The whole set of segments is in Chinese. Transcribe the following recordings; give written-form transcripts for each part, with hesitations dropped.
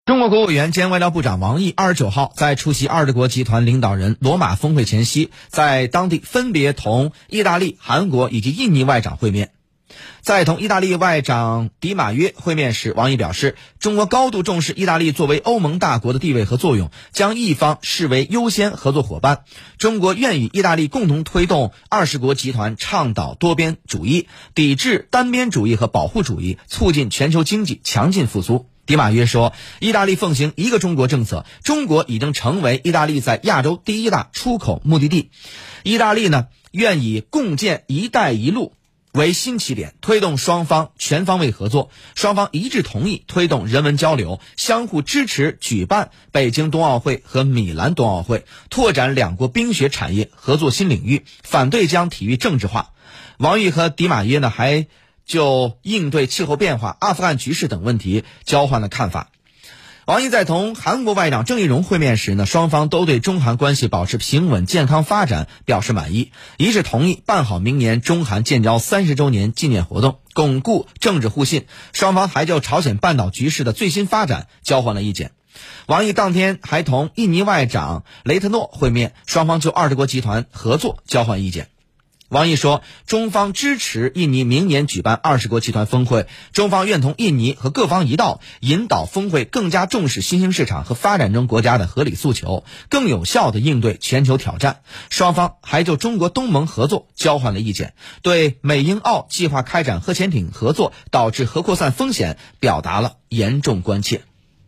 中国国务院兼外交部长王毅29号在出席20国集团领导人罗马峰会前夕，在当地分别同意大利、韩国以及印尼外长会面。在同意大利外长迪马约会面时，王毅表示，中国高度重视意大利作为欧盟大国的地位和作用，将意方视为优先合作伙伴。中国愿与意大利共同推动20国集团倡导多边主义，抵制单边主义和保护主义，促进全球经济强劲复苏。迪马约说，意大利奉行一个中国政策，中国已经成为意大利在亚洲第一大出口目的地。意大利愿以共建一带一路为新起点，推动双方全方位合作。双方一致同意推动人文交流，相互支持举办北京冬奥会和米兰冬奥会，拓展两国冰雪产业合作新领域，反对将体育政治化。王毅和迪马约还就应对气候变化、阿富汗局势等问题交换了看法。王毅在同韩国外长郑义溶会面时双方都对中韩关系保持平稳健康发展表示满意，一致同意办好明年中韩建交30周年纪念活动，巩固政治互信。双方还就朝鲜半岛局势的最新发展交换了意见。王毅当天还同印尼外长雷特诺会面，双方就20国集团合作交换意见。王毅说，中方支持印尼明年举办20国集团峰会，中方愿同印尼和各方一道，引导峰会更加重视新兴市场和发展中国家的合理诉求，更有效地应对全球挑战。双方还就中国东盟合作交换了意见，对美英澳计划开展核潜艇合作导致核扩散风险表达了严重关切。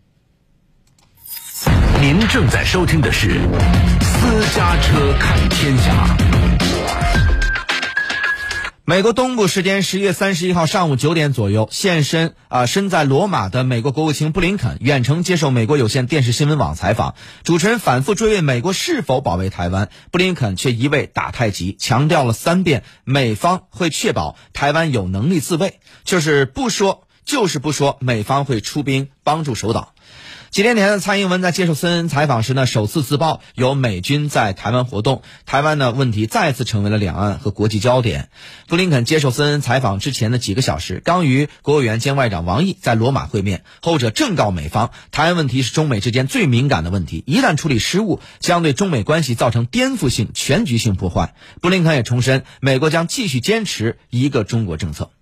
您正在收听的是私家车看天下。 美国东部时间10月31号上午9点左右，身在罗马的美国国务卿布林肯远程接受美国有线电视新闻网采访，主持人反复追问美国是否保卫台湾，布林肯却一味打太极，强调了3遍美方会确保台湾有能力自卫，就是不说美方会出兵帮助守岛。几天前蔡英文在接受CNN采访时首次自曝有美军在台湾活动，台湾问题再次成为了两岸和国际焦点。布林肯接受CNN采访之前的几个小时，刚与国务院兼外长王毅在罗马会面，后者正告美方，台湾问题是中美之间最敏感的问题，一旦处理失误，将对中美关系造成颠覆性、全局性破坏。布林肯也重申，美国将继续坚持一个中国政策。